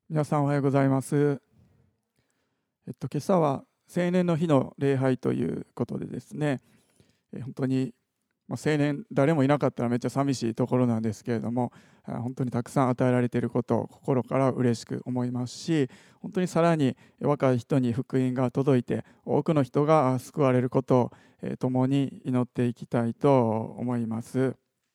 皆さんおはようございます。今朝は青年の日の礼拝ということでですね、本当に、青年誰もいなかったらめっちゃ寂しいところなんですけれども、本当にたくさん与えられていることを心から嬉しく思いますし、本当にさらに若い人に福音が届いて多くの人が救われることを共に祈っていきたいと思います。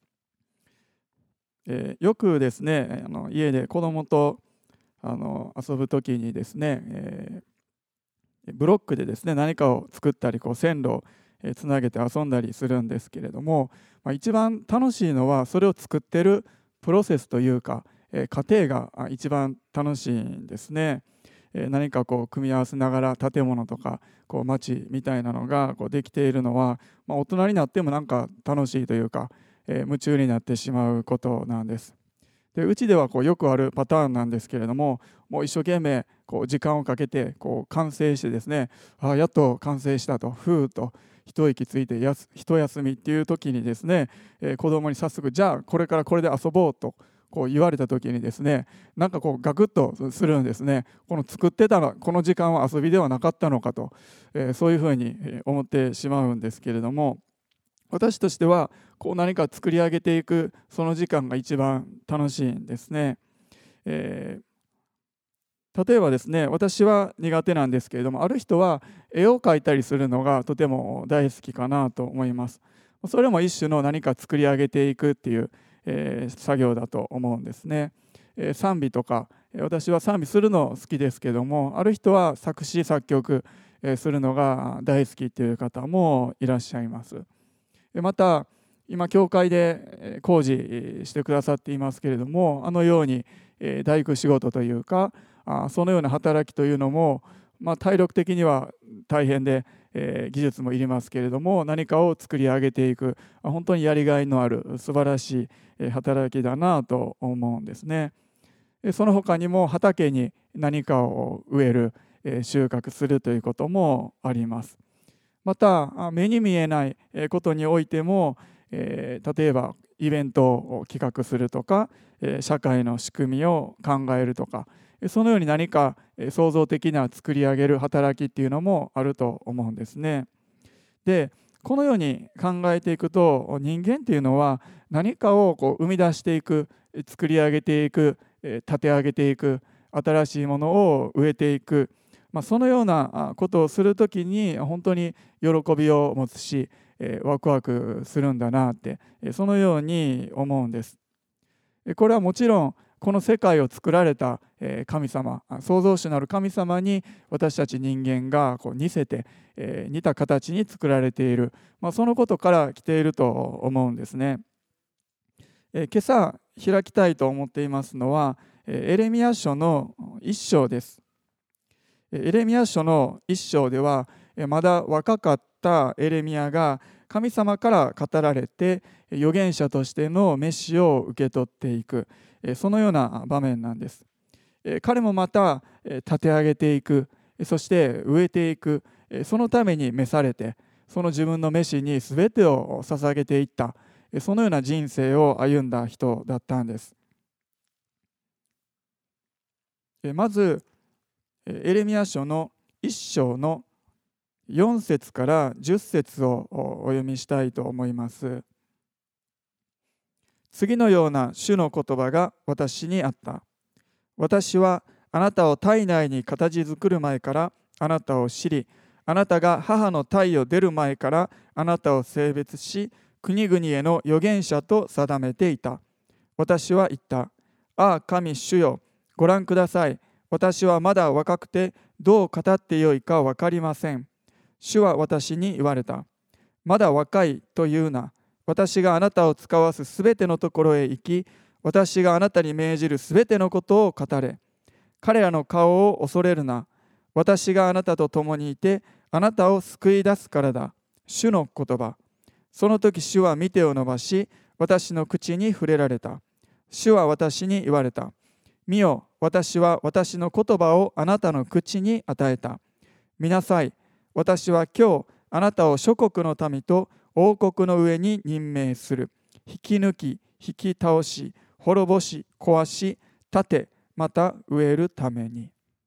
よくですね、家で子供と遊ぶ時にですね、ブロックでですね何かを作ったり線路をつなげて遊んだりするんですけれども、一番楽しいのはそれを作ってるプロセスというか、過程が一番楽しいんですね。何か組み合わせながら建物とか街みたいなのができているのは、大人になってもなんか楽しいというか、夢中になってしまうことなんです。でうちではよくあるパターンなんですけれども、もう一生懸命時間をかけて完成してですね、やっと完成したとふーっと一息ついて一休みっていう時にですね、子供に早速じゃあこれからこれで遊ぼうと言われた時にですね、なんかガクッとするんですね。この作ってたらこの時間は遊びではなかったのかと、そういうふうに思ってしまうんですけれども、私としては何か作り上げていくその時間が一番楽しいんですね。例えばですね、私は苦手なんですけれども、ある人は絵を描いたりするのがとても大好きかなと思います。それも一種の何か作り上げていくっていう、作業だと思うんですね。賛美とか、私は賛美するの好きですけども、ある人は作詞作曲、するのが大好きっていう方もいらっしゃいます。また今教会で工事してくださっていますけれども、あのように大工仕事というか、そのような働きというのも、体力的には大変で、技術もいりますけれども、何かを作り上げていく本当にやりがいのある素晴らしい働きだなと思うんですね。その他にも畑に何かを植える、収穫するということもあります。また目に見えないことにおいても、例えばイベントを企画するとか、社会の仕組みを考えるとか、そのように何か創造的な作り上げる働きっていうのもあると思うんですね。でこのように考えていくと、人間っていうのは何かを生み出していく、作り上げていく、立て上げていく、新しいものを植えていく、そのようなことをするときに本当に喜びを持つし、ワクワクするんだなって、そのように思うんです。これはもちろんこの世界を作られた神様、創造主なる神様に私たち人間が似せて、似た形に作られている、そのことから来ていると思うんですね。今朝開きたいと思っていますのはエレミヤ書の一章です。エレミヤ書の一章では、まだ若かったエレミヤが神様から語られて預言者としての召しを受け取っていく、そのような場面なんです。彼もまた立て上げていく、そして植えていく、そのために召されて、その自分の召しに全てを捧げていった、そのような人生を歩んだ人だったんです。まずエレミヤ書の一章の4節から10節をお読みしたいと思います。次のような主の言葉が私にあった。私はあなたを体内に形作る前からあなたを知り、あなたが母の体を出る前からあなたを性別し、国々への預言者と定めていた。私は言った。ああ神主よ、ご覧ください。私はまだ若くてどう語ってよいか分かりません。主は私に言われた。まだ若いというな。私があなたを使わすすべてのところへ行き、私があなたに命じるすべてのことを語れ。彼らの顔を恐れるな。私があなたと共にいて、あなたを救い出すからだ。主の言葉。その時主は御手を伸ばし、私の口に触れられた。主は私に言われた。見よ、私は私の言葉をあなたの口に与えた。見なさい。私は今日あなたを諸国の民と王国の上に任命する。引き抜き、引き倒し、滅ぼし、壊し、立て、 また植えるために。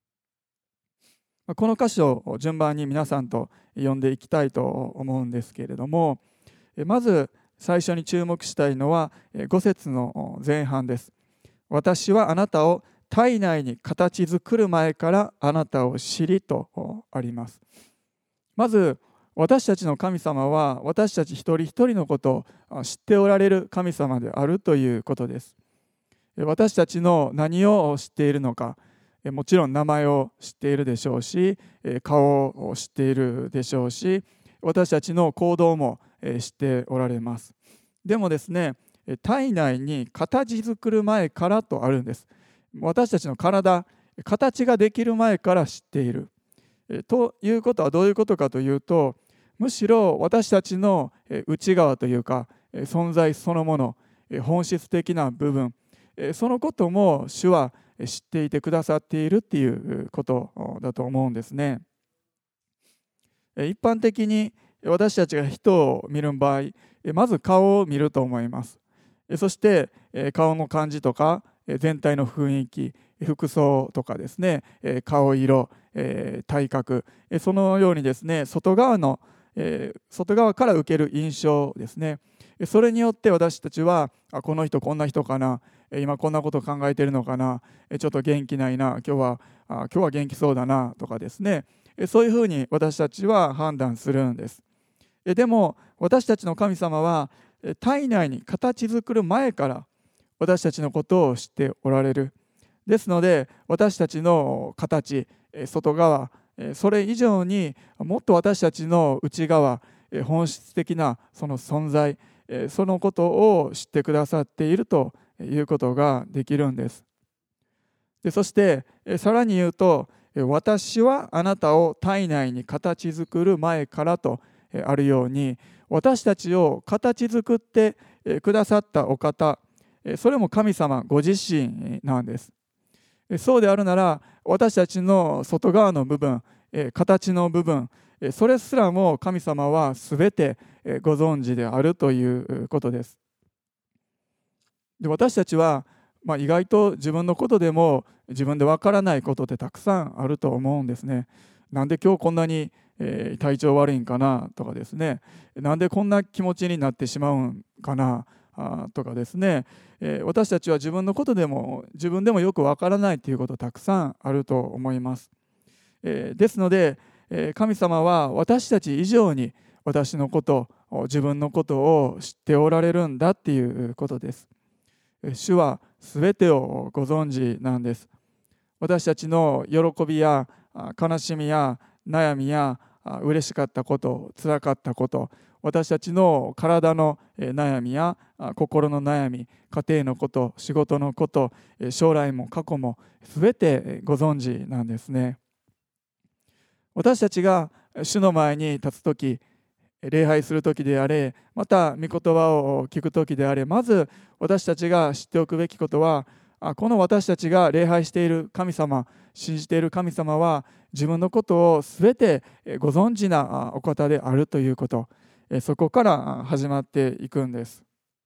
この箇所を順番に皆さんと読んでいきたいと思うんですけれども、まず最初に注目したいのは5節の前半です。私はあなたを体内に形作る前からあなたを知りとあります。まず私たちの神様は私たち一人一人のことを知っておられる神様であるということです。私たちの何を知っているのか、もちろん名前を知っているでしょうし、顔を知っているでしょうし、私たちの行動も知っておられます。でもですね、体内に形作る前からとあるんです。私たちの体、形ができる前から知っている。ということはどういうことかというと、むしろ私たちの内側というか存在そのもの、本質的な部分、そのことも主は知っていてくださっているっていうことだと思うんですね。一般的に私たちが人を見る場合、まず顔を見ると思います。そして顔の感じとか全体の雰囲気、服装とかですね、顔色、体格、そのようにですね、外側から受ける印象ですね、それによって私たちはこの人こんな人かな、今こんなこと考えてるのかな、ちょっと元気ないな、今日は元気そうだなとかですね、そういうふうに私たちは判断するんです。でも私たちの神様は体内に形作る前から私たちのことを知っておられる。ですので私たちの形、外側、それ以上にもっと私たちの内側、本質的なその存在、そのことを知ってくださっているということができるんです。そしてさらに言うと、私はあなたを体内に形作る前からとあるように、私たちを形作ってくださったお方、それも神様ご自身なんです。そうであるなら私たちの外側の部分、形の部分、それすらも神様は全てご存知であるということです。で、私たちは、意外と自分のことでも自分でわからないことってたくさんあると思うんですね。なんで今日こんなに体調悪いんかなとかですね、なんでこんな気持ちになってしまうんかなとかですね、私たちは自分のことでも自分でもよくわからないということたくさんあると思います。ですので神様は私たち以上に私のこと、自分のことを知っておられるんだっていうことです。主はすべてをご存知なんです。私たちの喜びや悲しみや悩みや嬉しかったこと、辛かったこと、私たちの体の悩みや心の悩み、家庭のこと、仕事のこと、将来も過去もすべてご存知なんですね。私たちが主の前に立つとき、礼拝する時であれ、また御言葉を聞く時であれ、まず私たちが知っておくべきことは、この私たちが礼拝している神様、信じている神様は自分のことをすべてご存知なお方であるということ、そこから始まっていくんです。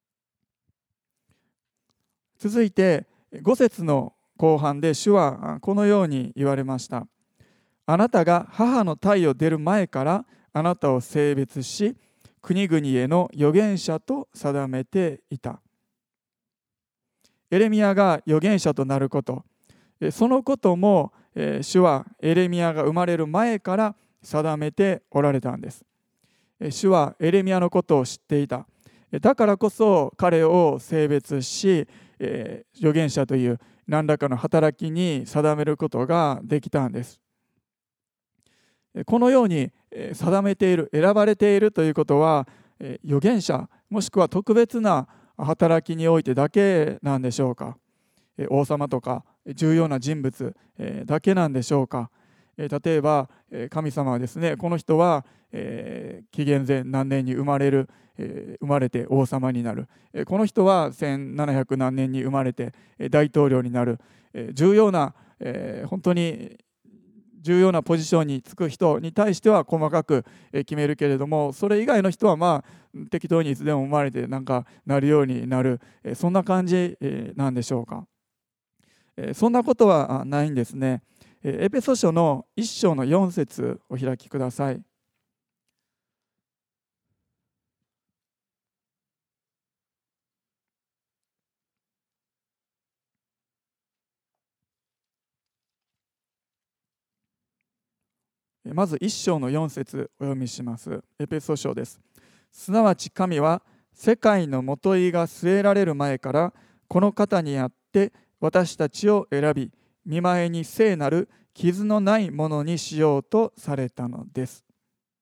続いて5節の後半で主はこのように言われました。あなたが母の胎を出る前からあなたを性別し、国々への預言者と定めていた。エレミヤが預言者となること、そのことも主はエレミヤが生まれる前から定めておられたんです。主はエレミヤのことを知っていた。だからこそ彼を性別し、預言者という何らかの働きに定めることができたんです。このように定めている、選ばれているということは、預言者もしくは特別な働きにおいてだけなんでしょうか。王様とか重要な人物だけなんでしょうか。例えば神様はですね、この人は紀元前何年に生まれて王様になる、この人は1700何年に生まれて大統領になる、重要な本当に重要なポジションにつく人に対しては細かく決めるけれども、それ以外の人は適当にいつでも生まれてなんかなるようになる、そんな感じなんでしょうか。 そんなことはないんですね。エペソ書の1章の4節お開きください。まず1章の4節お読みします。エペソ書です。すなわち神は世界のもといが据えられる前からこの方にあって私たちを選び、見前に聖なる傷のないものにしようとされたのです。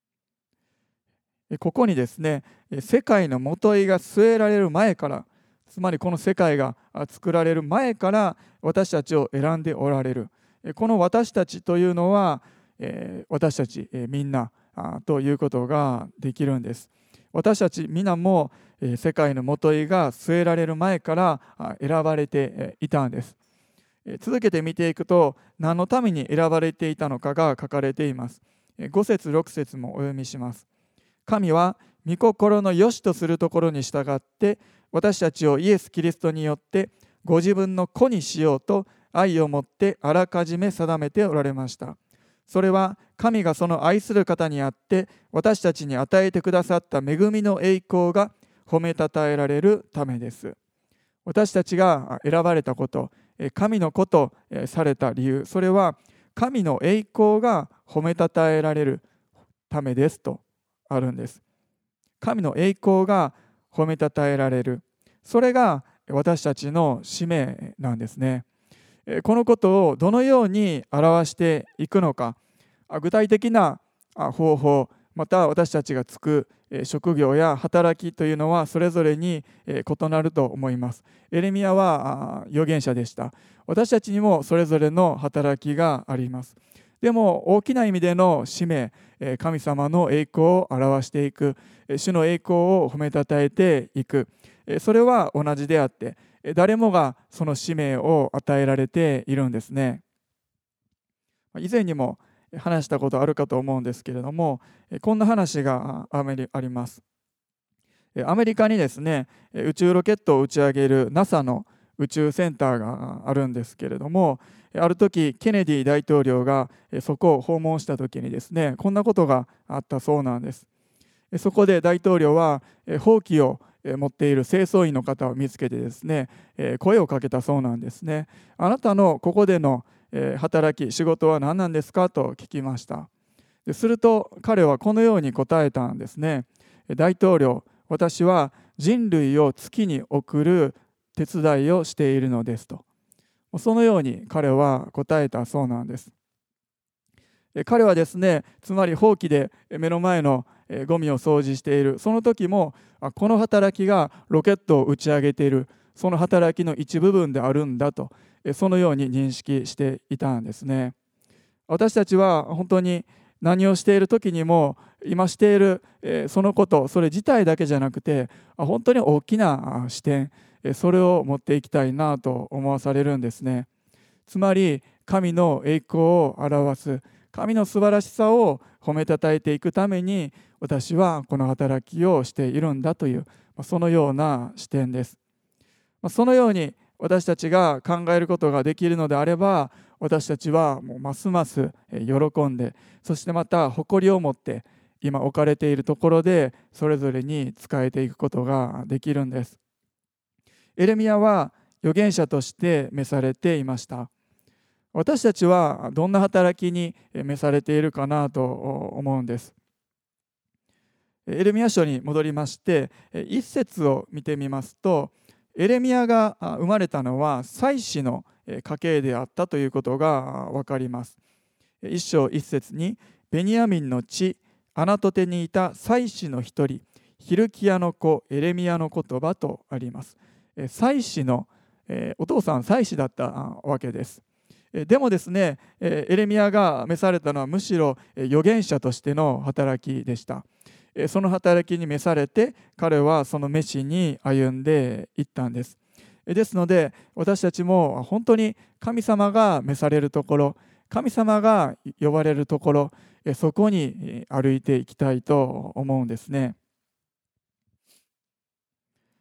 ここにですね、世界のもといが据えられる前から、つまりこの世界が作られる前から私たちを選んでおられる。この私たちというのは、私たちみんなということができるんです。私たち皆も世界のもといが据えられる前から選ばれていたんです。続けて見ていくと、何のために選ばれていたのかが書かれています。5節6節もお読みします。神は御心の良しとするところに従って私たちをイエス・キリストによってご自分の子にしようと愛をもってあらかじめ定めておられました。それは神がその愛する方にあって私たちに与えてくださった恵みの栄光が褒めたたえられるためです。私たちが選ばれたこと、神の子とされた理由、それは神の栄光が褒めたたえられるためですとあるんです。神の栄光が褒めたたえられる、それが私たちの使命なんですね。このことをどのように表していくのか、具体的な方法、また私たちが就く職業や働きというのはそれぞれに異なると思います。エレミヤは預言者でした。私たちにもそれぞれの働きがあります。でも大きな意味での使命、神様の栄光を表していく、主の栄光を褒めたたえていく、それは同じであって、誰もがその使命を与えられているんですね。以前にも話したことあるかと思うんですけれども、こんな話があります。アメリカにですね、宇宙ロケットを打ち上げる NASA の宇宙センターがあるんですけれども、ある時ケネディ大統領がそこを訪問した時にですね、こんなことがあったそうなんです。そこで大統領はほうきを持っている清掃員の方を見つけてですね、声をかけたそうなんですね。あなたのここでの働き、仕事は何なんですかと聞きました。すると彼はこのように答えたんですね。大統領、私は人類を月に送る手伝いをしているのですと。そのように彼は答えたそうなんです。彼はですね、つまりほうきで目の前のゴミを掃除している、その時もこの働きがロケットを打ち上げている、その働きの一部分であるんだと、そのように認識していたんですね。私たちは本当に何をしている時にも今しているそのこと、それ自体だけじゃなくて本当に大きな視点、それを持っていきたいなと思わされるんですね。つまり神の栄光を表す、神の素晴らしさを褒めたたえていくために私はこの働きをしているんだという、そのような視点です。そのように私たちが考えることができるのであれば、私たちはもうますます喜んで、そしてまた誇りを持って今置かれているところでそれぞれに仕えていくことができるんです。エレミヤは預言者として召されていました。私たちはどんな働きに召されているかなと思うんです。エレミヤ書に戻りまして一節を見てみますと、エレミヤが生まれたのは祭司の家系であったということが分かります。一章一節にベニヤミンの地アナトテにいた祭司の一人ヒルキヤの子エレミヤの言葉とあります。祭司のお父さん祭司だったわけです。でもですね、エレミヤが召されたのはむしろ預言者としての働きでした。その働きに召されて彼はその召しに歩んでいったんです。ですので私たちも本当に神様が召されるところ、神様が呼ばれるところ、そこに歩いていきたいと思うんですね。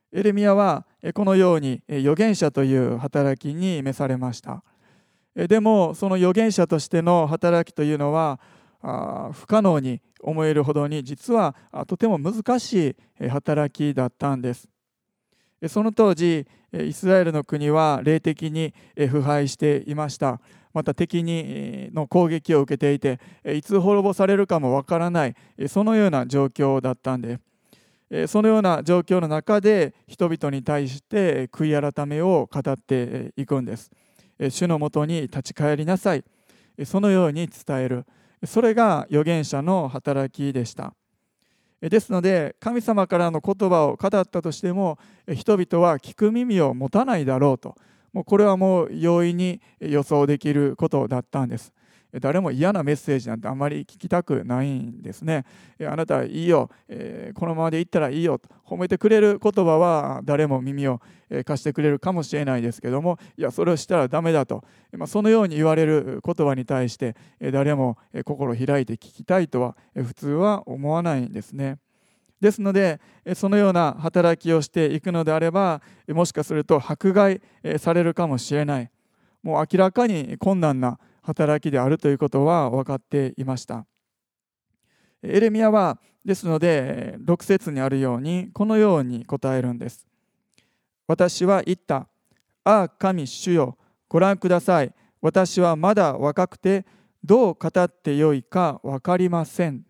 エレミヤはこのように預言者という働きに召されました。でもその預言者としての働きというのは不可能に思えるほどに実はとても難しい働きだったんです。その当時イスラエルの国は霊的に腐敗していました。また敵の攻撃を受けていていつ滅ぼされるかもわからないそのような状況だったんで、そのような状況の中で人々に対して悔い改めを語っていくんです。主のもとに立ち返りなさい、そのように伝える、それが預言者の働きでした。ですので神様からの言葉を語ったとしても人々は聞く耳を持たないだろうと、もうこれはもう容易に予想できることだったんです。誰も嫌なメッセージなんてあまり聞きたくないんですね。あなたいいよ、このままでいったらいいよと褒めてくれる言葉は誰も耳を貸してくれるかもしれないですけども、いやそれをしたらダメだと、そのように言われる言葉に対して誰も心を開いて聞きたいとは普通は思わないんですね。ですのでそのような働きをしていくのであればもしかすると迫害されるかもしれない、もう明らかに困難な働きであるということは分かっていました。エレミヤはですので6節にあるようにこのように答えるんです。私は言った。ああ神主よ、ご覧ください。私はまだ若くてどう語ってよいか分かりません。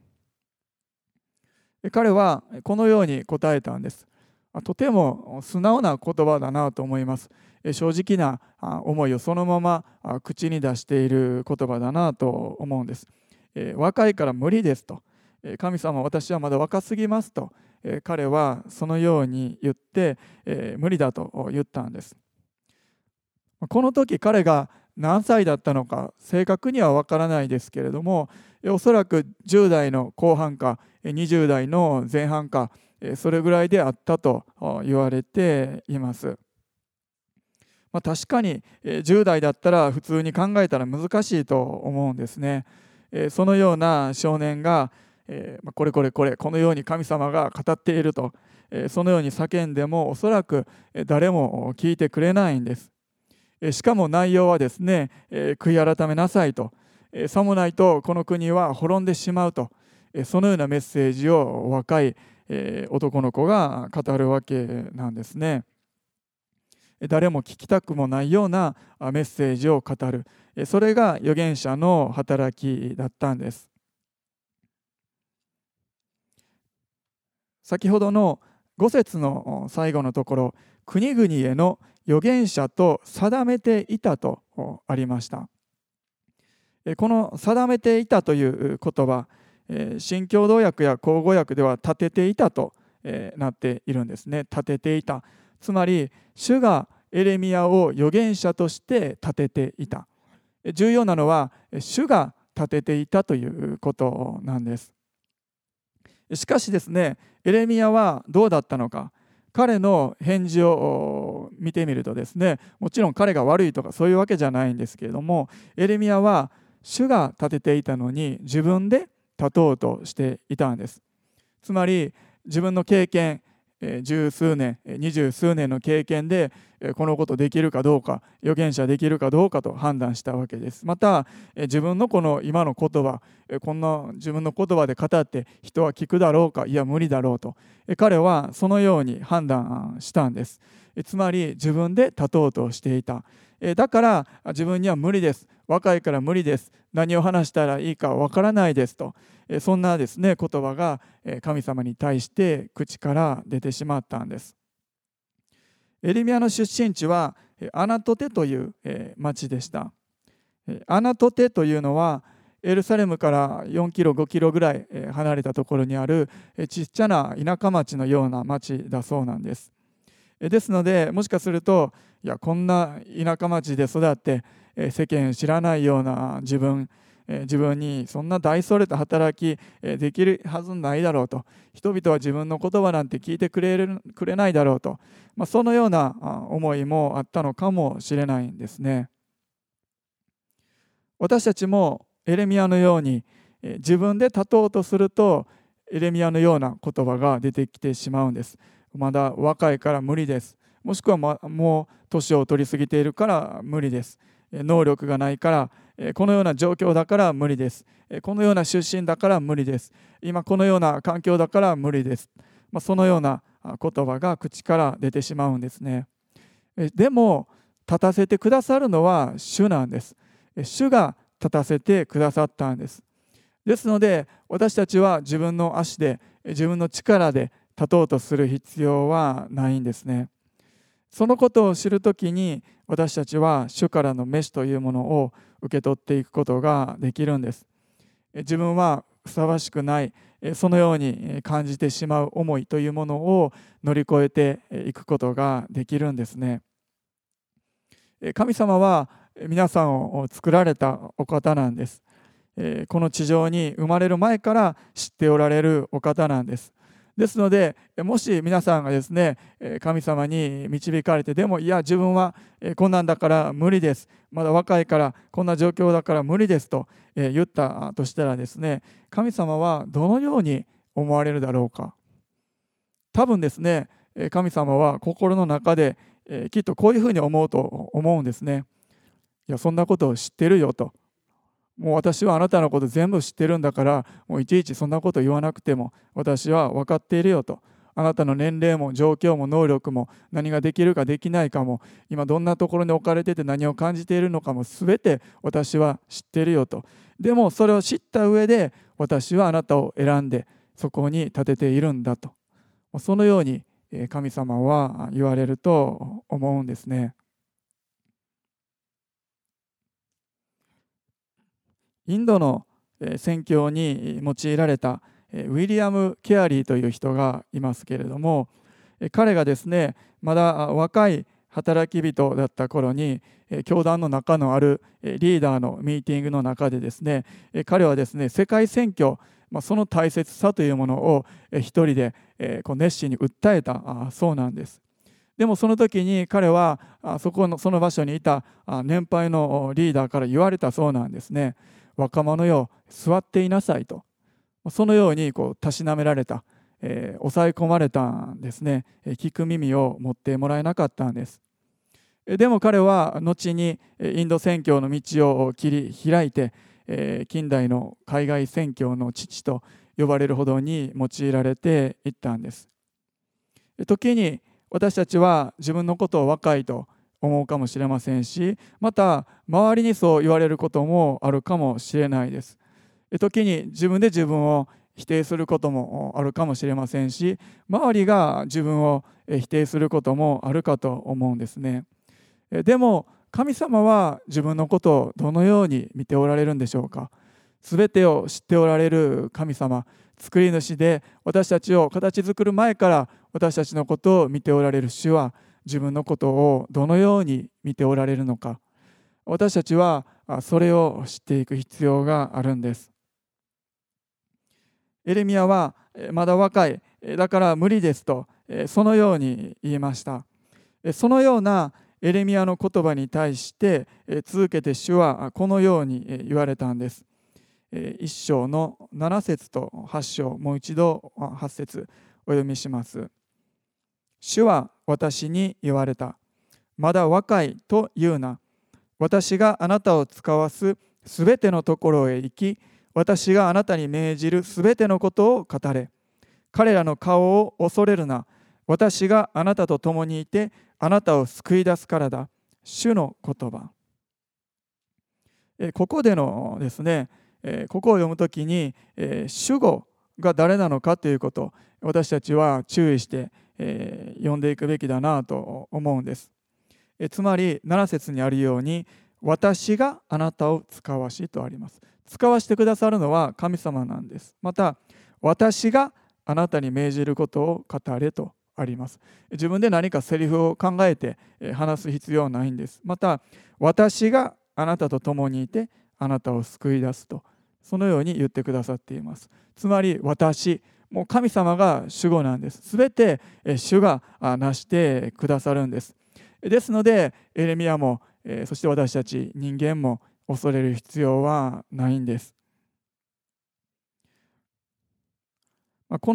彼はこのように答えたんです。とても素直な言葉だなと思います。正直な思いをそのまま口に出している言葉だなと思うんです。若いから無理ですと、神様私はまだ若すぎますと、彼はそのように言って無理だと言ったんです。この時彼が何歳だったのか正確には分からないですけれども、おそらく10代の後半か20代の前半かそれぐらいであったと言われています。確かに10代だったら普通に考えたら難しいと思うんですね。そのような少年がこれこのように神様が語っているとそのように叫んでもおそらく誰も聞いてくれないんです。しかも内容はですね、悔い改めなさいと、さもないとこの国は滅んでしまうと、そのようなメッセージを若い男の子が語るわけなんですね。誰も聞きたくもないようなメッセージを語る、それが預言者の働きだったんです。先ほどの5節の最後のところ、国々への預言者と定めていたとありました。この定めていたという言葉、新共同訳や口語訳では立てていたとなっているんですね。立てていた、つまり主がエレミヤを預言者として立てていた。重要なのは主が立てていたということなんです。しかしですね、エレミヤはどうだったのか。彼の返事を見てみるとですね、もちろん彼が悪いとかそういうわけじゃないんですけれども、エレミヤは主が立てていたのに自分で立とうとしていたんです。つまり自分の経験、十数年20数年の経験でこのことできるかどうか、預言者できるかどうかと判断したわけです。また自分のこの今の言葉、こんな自分の言葉で語って人は聞くだろうか、いや無理だろうと彼はそのように判断したんです。つまり自分で立とうとしていた。だから自分には無理です、若いから無理です、何を話したらいいかわからないですと、そんなですね言葉が神様に対して口から出てしまったんです。エレミヤの出身地はアナトテという町でした。アナトテというのはエルサレムから4キロ5キロぐらい離れたところにあるちっちゃな田舎町のような町だそうなんです。ですのでもしかすると、いやこんな田舎町で育って世間知らないような自分にそんな大それた働きできるはずないだろうと、人々は自分の言葉なんて聞いてくれないだろうと、そのような思いもあったのかもしれないんですね。私たちもエレミヤのように自分で立とうとするとエレミヤのような言葉が出てきてしまうんです。 まだ若いから無理です。もしくは、もう年を取り過ぎているから無理です。能力がないから、このような状況だから無理です。このような出身だから無理です。今このような環境だから無理です。そのような言葉が口から出てしまうんですね。でも立たせてくださるのは主なんです。主が立たせてくださったんです。ですので私たちは自分の足で自分の力で立とうとする必要はないんですね。そのことを知るときに私たちは主からの召しというものを受け取っていくことができるんです。自分はふさわしくない、そのように感じてしまう思いというものを乗り越えていくことができるんですね。神様は皆さんを作られたお方なんです。この地上に生まれる前から知っておられるお方なんです。ですのでもし皆さんがですね神様に導かれて、でもいや自分はこんなんだから無理です、まだ若いからこんな状況だから無理ですと言ったとしたらですね、神様はどのように思われるだろうか。多分ですね神様は心の中できっとこういうふうに思うと思うんですね。いやそんなことを知ってるよと、もう私はあなたのこと全部知ってるんだから、もういちいちそんなこと言わなくても私は分かっているよと。あなたの年齢も状況も能力も何ができるかできないかも今どんなところに置かれてて何を感じているのかも全て私は知っているよと。でもそれを知った上で私はあなたを選んでそこに立てているんだと、そのように神様は言われると思うんですね。インドの宣教に用いられたウィリアム・ケアリーという人がいますけれども、彼がですねまだ若い働き人だった頃に教団の中のあるリーダーのミーティングの中でですね、彼はですね世界宣教、その大切さというものを一人で熱心に訴えたそうなんです。でもその時に彼はその場所にいた年配のリーダーから言われたそうなんですね。若者よ座っていなさいと、そのようにたしなめられた、抑え込まれたんですね。聞く耳を持ってもらえなかったんです。でも彼は後にインド宣教の道を切り開いて近代の海外宣教の父と呼ばれるほどに用いられていったんです。時に私たちは自分のことを若いと思うかもしれませんし、また周りにそう言われることもあるかもしれないです。時に自分で自分を否定することもあるかもしれませんし、周りが自分を否定することもあるかと思うんですね。でも神様は自分のことをどのように見ておられるんでしょうか。すべてを知っておられる神様、作り主で私たちを形作る前から私たちのことを見ておられる主は自分のことをどのように見ておられるのか、私たちはそれを知っていく必要があるんです。エレミヤはまだ若い、だから無理ですとそのように言いました。そのようなエレミヤの言葉に対して続けて主はこのように言われたんです。1章の7節と8章、もう一度8節お読みします。主は私に言われた。まだ若いと言うな。私があなたを使わすすべてのところへ行き、私があなたに命じるすべてのことを語れ。彼らの顔を恐れるな。私があなたと共にいて、あなたを救い出すからだ。主の言葉。ここでのですね、ここを読むときに、主語が誰なのかということを私たちは注意して読んでいくべきだなと思うんです。つまり7節にあるように、私があなたを使わしとあります。使わしてくださるのは神様なんです。また私があなたに命じることを語れとあります。自分で何かセリフを考えて話す必要はないんです。また私があなたと共にいてあなたを救い出すと、そのように言ってくださっています。つまり私、もう神様が主語なんです。すべて主がなしてくださるんです。ですのでエレミヤもそして私たち人間も恐れる必要はないんです。この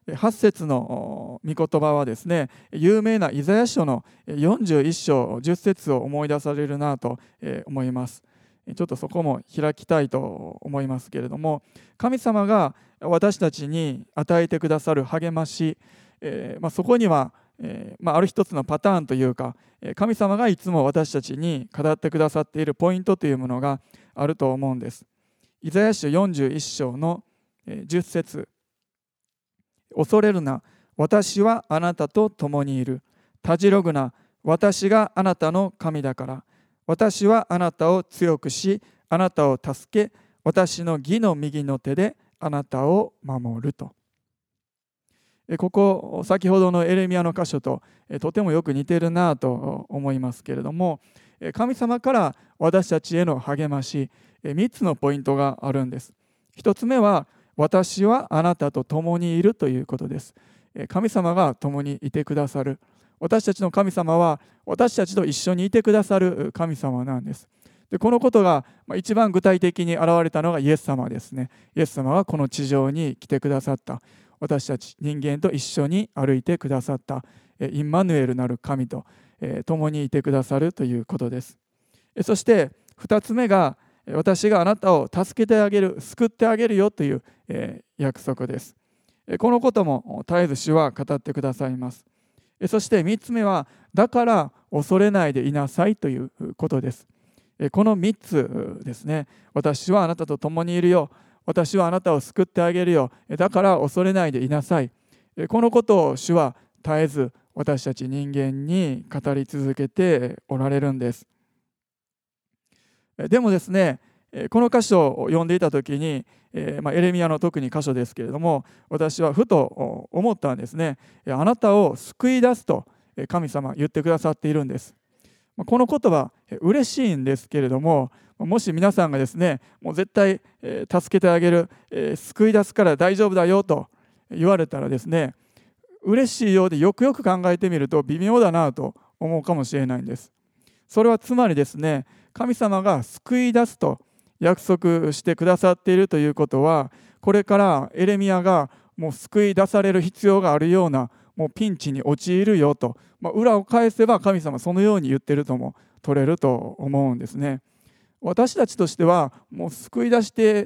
8節の御言葉はですね、有名なイザヤ書の41章10節を思い出されるなと思います。ちょっとそこも開きたいと思いますけれども、神様が私たちに与えてくださる励まし、そこには、ある一つのパターンというか、神様がいつも私たちに語ってくださっているポイントというものがあると思うんです。イザヤ書41章の10節、恐れるな、私はあなたと共にいる。たじろぐな、私があなたの神だから。私はあなたを強くし、あなたを助け、私の義の右の手であなたを守ると。ここ、先ほどのエレミヤの箇所ととてもよく似ているなと思いますけれども、神様から私たちへの励まし、3つのポイントがあるんです。1つ目は、私はあなたと共にいるということです。神様が共にいてくださる。私たちの神様は私たちと一緒にいてくださる神様なんです。で、このことが一番具体的に現れたのがイエス様ですね。イエス様がこの地上に来てくださった。私たち人間と一緒に歩いてくださったインマヌエルなる神と共にいてくださるということです。そして2つ目が、私があなたを助けてあげる、救ってあげるよという約束です。このことも絶えず主は語ってくださいます。そして3つ目は、だから恐れないでいなさいということです。この3つですね。私はあなたと共にいるよ、私はあなたを救ってあげるよ、だから恐れないでいなさい。このことを主は絶えず私たち人間に語り続けておられるんです。でもですね、この箇所を読んでいた時に、エレミヤの特に箇所ですけれども、私はふと思ったんですね。あなたを救い出すと神様言ってくださっているんです。この言葉嬉しいんですけれども、もし皆さんがですね、もう絶対助けてあげる、救い出すから大丈夫だよと言われたらですね、嬉しいようでよくよく考えてみると微妙だなと思うかもしれないんです。それはつまりですね、神様が救い出すと約束してくださっているということは、これからエレミヤがもう救い出される必要があるような、もうピンチに陥るよと、裏を返せば神様そのように言ってるとも取れると思うんですね。私たちとしてはもう救い出して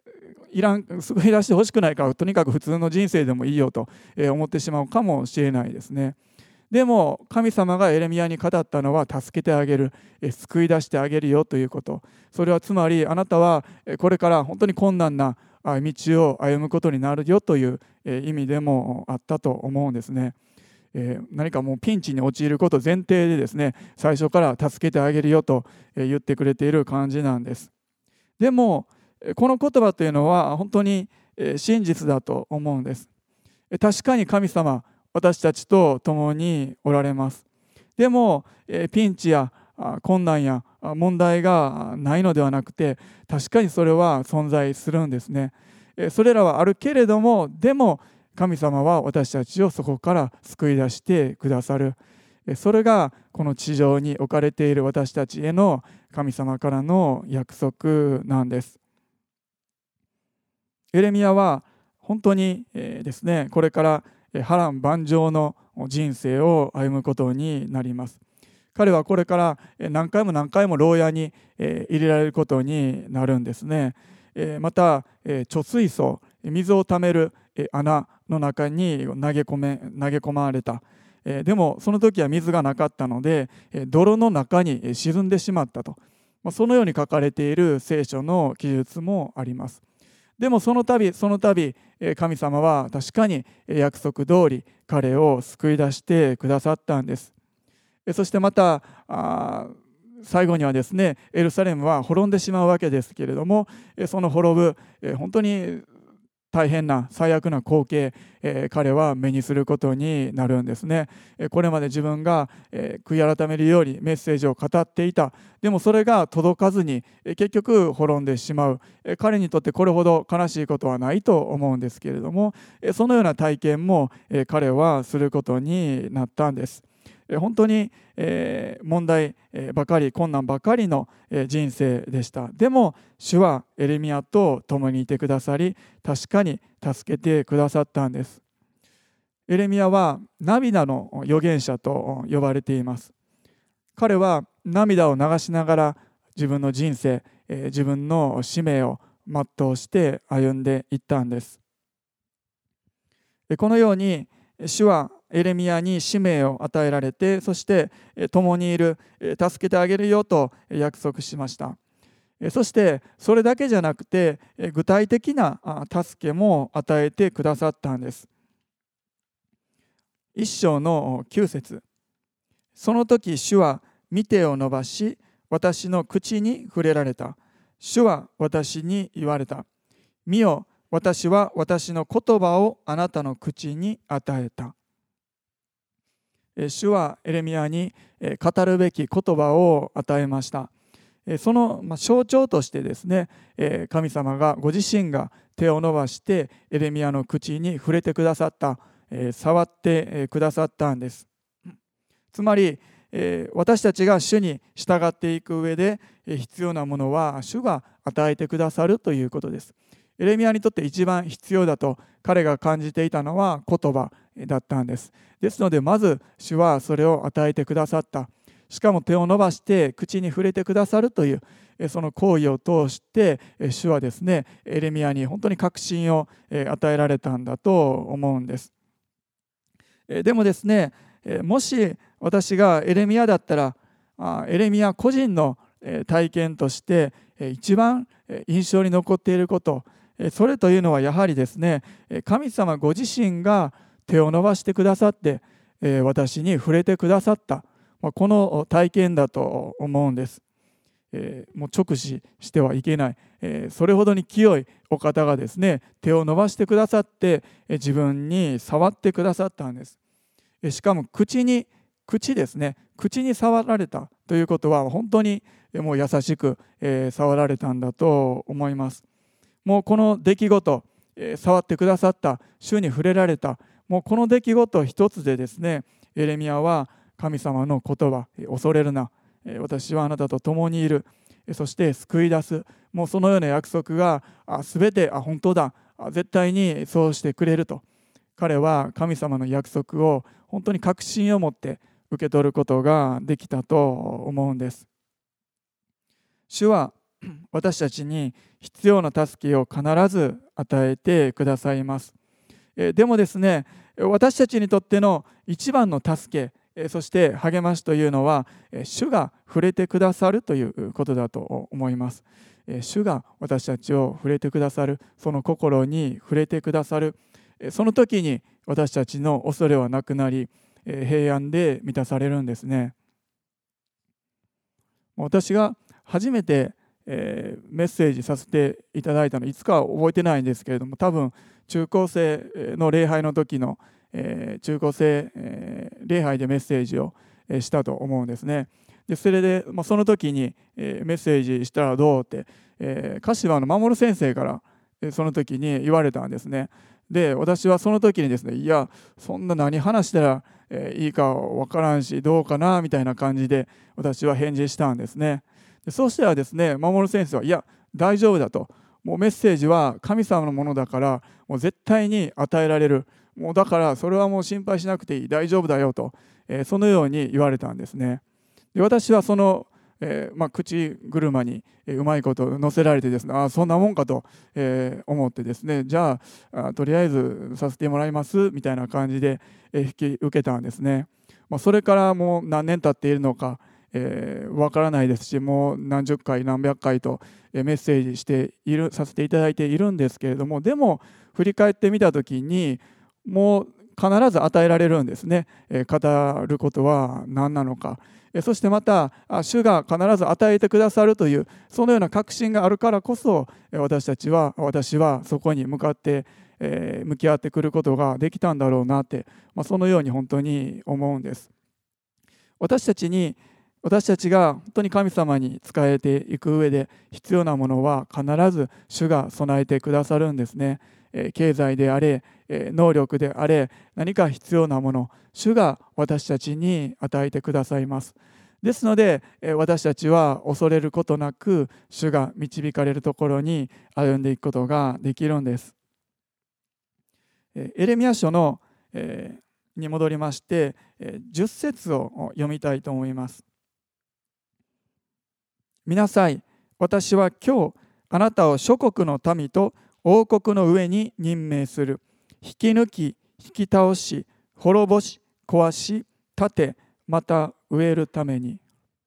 ほしくないから、とにかく普通の人生でもいいよと思ってしまうかもしれないですね。でも神様がエレミヤに語ったのは、助けてあげる、救い出してあげるよということ。それはつまり、あなたはこれから本当に困難な道を歩むことになるよという意味でもあったと思うんですね。何かもうピンチに陥ること前提でですね、最初から助けてあげるよと言ってくれている感じなんです。でもこの言葉というのは本当に真実だと思うんです。確かに神様、私たちと共におられます。でもピンチや困難や問題がないのではなくて、確かにそれは存在するんですね。それらはあるけれども、でも神様は私たちをそこから救い出してくださる。それがこの地上に置かれている私たちへの神様からの約束なんです。エレミヤは本当にですね、これから波乱万丈の人生を歩むことになります。彼はこれから何回も何回も牢屋に入れられることになるんですね。また貯水槽、水をためる穴の中に投げ込まれた。でもその時は水がなかったので泥の中に沈んでしまったと、そのように書かれている聖書の記述もあります。でもその度神様は確かに約束通り彼を救い出してくださったんです。そしてまた最後にはですね、エルサレムは滅んでしまうわけですけれども、その滅ぶ本当に大変な最悪な光景、彼は目にすることになるんですね。これまで自分が悔い改めるようにメッセージを語っていた。でもそれが届かずに結局滅んでしまう。彼にとってこれほど悲しいことはないと思うんですけれども、そのような体験も彼はすることになったんです。本当に問題ばかり、困難ばかりの人生でした。でも主はエレミヤと共にいてくださり、確かに助けてくださったんです。 エレミヤは涙の預言者と呼ばれています。彼は涙を流しながら自分の人生、自分の使命を全うして歩んでいったんです。このように主はエレミヤに使命を与えられて、そして共にいる、助けてあげるよと約束しました。そしてそれだけじゃなくて具体的な助けも与えてくださったんです。一章の9節、その時主は御手を伸ばし私の口に触れられた。主は私に言われた。見よ、私は私の言葉をあなたの口に与えた。主はエレミヤに語るべき言葉を与えました。その象徴としてですね、神様がご自身が手を伸ばしてエレミヤの口に触れてくださった、触ってくださったんです。つまり私たちが主に従っていく上で必要なものは主が与えてくださるということです。エレミヤにとって一番必要だと彼が感じていたのは言葉だったんです。ですのでまず主はそれを与えてくださった。しかも手を伸ばして口に触れてくださるというその行為を通して主はですね、エレミヤに本当に確信を与えられたんだと思うんです。でもですね、もし私がエレミヤだったらエレミヤ個人の体験として一番印象に残っていること、それというのはやはりですね、神様ご自身が手を伸ばしてくださって私に触れてくださった、この体験だと思うんです。もう直視してはいけない、それほどに清いお方がですね手を伸ばしてくださって自分に触ってくださったんです。しかも口ですね、口に触られたということは本当にもう優しく触られたんだと思います。もうこの出来事、触ってくださった、主に触れられた、もうこの出来事一つでですね、エレミヤは神様の言葉、恐れるな、私はあなたと共にいる、そして救い出す、もうそのような約束が全て本当だ、絶対にそうしてくれると、彼は神様の約束を本当に確信を持って受け取ることができたと思うんです。主は私たちに必要な助けを必ず与えてくださいます。でもですね、私たちにとっての一番の助け、そして励ましというのは主が触れてくださるということだと思います。主が私たちを触れてくださる、その心に触れてくださる、その時に私たちの恐れはなくなり平安で満たされるんですね。私が初めてメッセージさせていただいたのいつかは覚えてないんですけれども、多分中高生の礼拝の時の中高生礼拝でメッセージをしたと思うんですね。でそれでその時にメッセージしたらどうって柏の守先生からその時に言われたんですね。で私はその時にですね、いやそんな何話したらいいかわからんしどうかなみたいな感じで私は返事したんですね。でそうしたらですね、守先生はいや大丈夫だと、もうメッセージは神様のものだからもう絶対に与えられる、もうだからそれはもう心配しなくていい、大丈夫だよと、そのように言われたんですね。で私はその口車にうまいこと乗せられてですね、そんなもんかと思ってですね、じゃあとりあえずさせてもらいますみたいな感じで引き受けたんですね。それからもう何年経っているのかわからないですし、もう何十回何百回とメッセージさせていただいているんですけれども、でも振り返ってみた時にもう必ず与えられるんですね。語ることは何なのか、そしてまた主が必ず与えてくださるというそのような確信があるからこそ私はそこに向かって向き合ってくることができたんだろうなって、そのように本当に思うんです。私たちが本当に神様に仕えていく上で必要なものは必ず主が備えてくださるんですね。経済であれ能力であれ何か必要なもの、主が私たちに与えてくださいます。ですので私たちは恐れることなく主が導かれるところに歩んでいくことができるんです。エレミヤ書のに戻りまして、10節を読みたいと思います。見なさい、私は今日あなたを諸国の民と王国の上に任命する。引き抜き、引き倒し、滅ぼし、壊し、立て、また植えるために。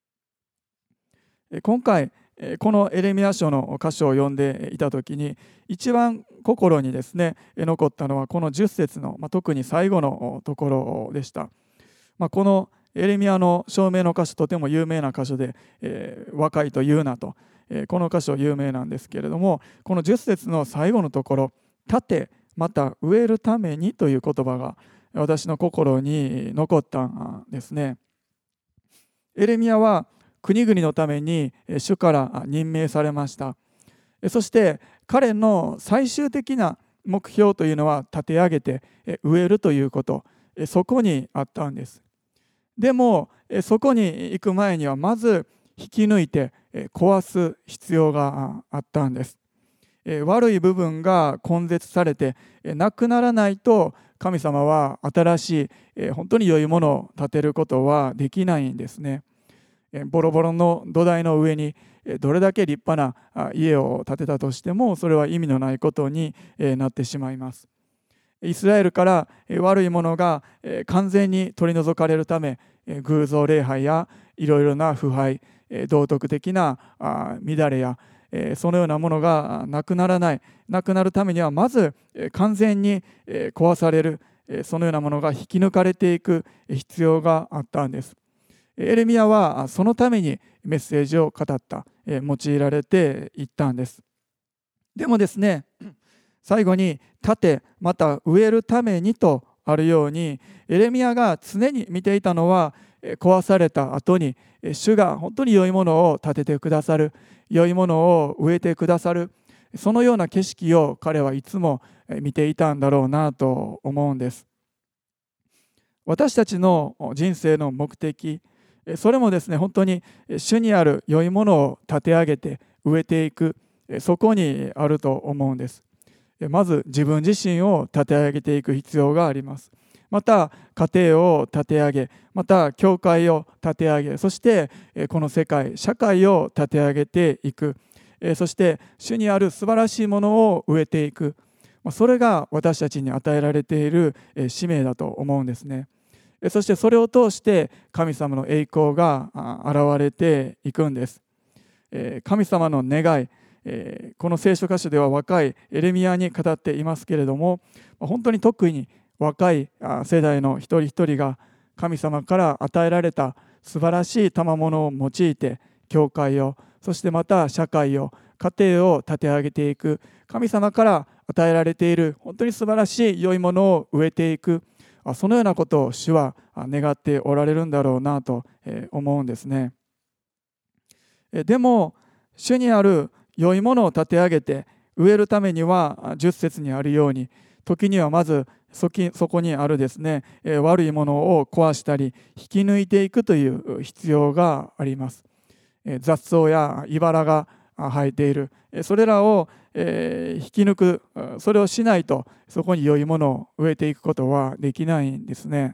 今回このエレミヤ書の箇所を読んでいたときに、一番心にですね残ったのはこの10節の、特に最後のところでした。このエレミヤの証明の箇所、とても有名な箇所で、若いと言うなと、この箇所有名なんですけれども、この10節の最後のところ、立てまた植えるためにという言葉が私の心に残ったんですね。エレミヤは国々のために主から任命されました。そして彼の最終的な目標というのは、立て上げて植えるということ、そこにあったんです。でもそこに行く前には、まず引き抜いて壊す必要があったんです。悪い部分が根絶されてなくならないと、神様は新しい本当に良いものを建てることはできないんですね。ボロボロの土台の上にどれだけ立派な家を建てたとしても、それは意味のないことになってしまいます。イスラエルから悪いものが完全に取り除かれるため、偶像礼拝やいろいろな腐敗、道徳的な乱れやそのようなものがなくなるためには、まず完全に壊される、そのようなものが引き抜かれていく必要があったんです。エレミヤはそのためにメッセージを語った、用いられていったんです。でもですね、最後に立てまた植えるためにとあるように、エレミヤが常に見ていたのは、壊された後に主が本当に良いものを建ててくださる、良いものを植えてくださる、そのような景色を彼はいつも見ていたんだろうなと思うんです。私たちの人生の目的、それもですね、本当に主にある良いものを立て上げて植えていく、そこにあると思うんです。まず自分自身を立て上げていく必要があります。また家庭を立て上げ、また教会を立て上げ、そしてこの世界、社会を立て上げていく、そして主にある素晴らしいものを植えていく、それが私たちに与えられている使命だと思うんですね。そしてそれを通して神様の栄光が現れていくんです。神様の願い、この聖書箇所では若いエレミヤに語っていますけれども、本当に特に若い世代の一人一人が神様から与えられた素晴らしい賜物を用いて、教会を、そしてまた社会を、家庭を立て上げていく、神様から与えられている本当に素晴らしい良いものを植えていく、そのようなことを主は願っておられるんだろうなと思うんですね。でも主にある良いものを立て上げて植えるためには、10節にあるように、時にはまずそこにあるですね、悪いものを壊したり引き抜いていくという必要があります。雑草や茨が生えている、それらを引き抜く、それをしないとそこに良いものを植えていくことはできないんですね。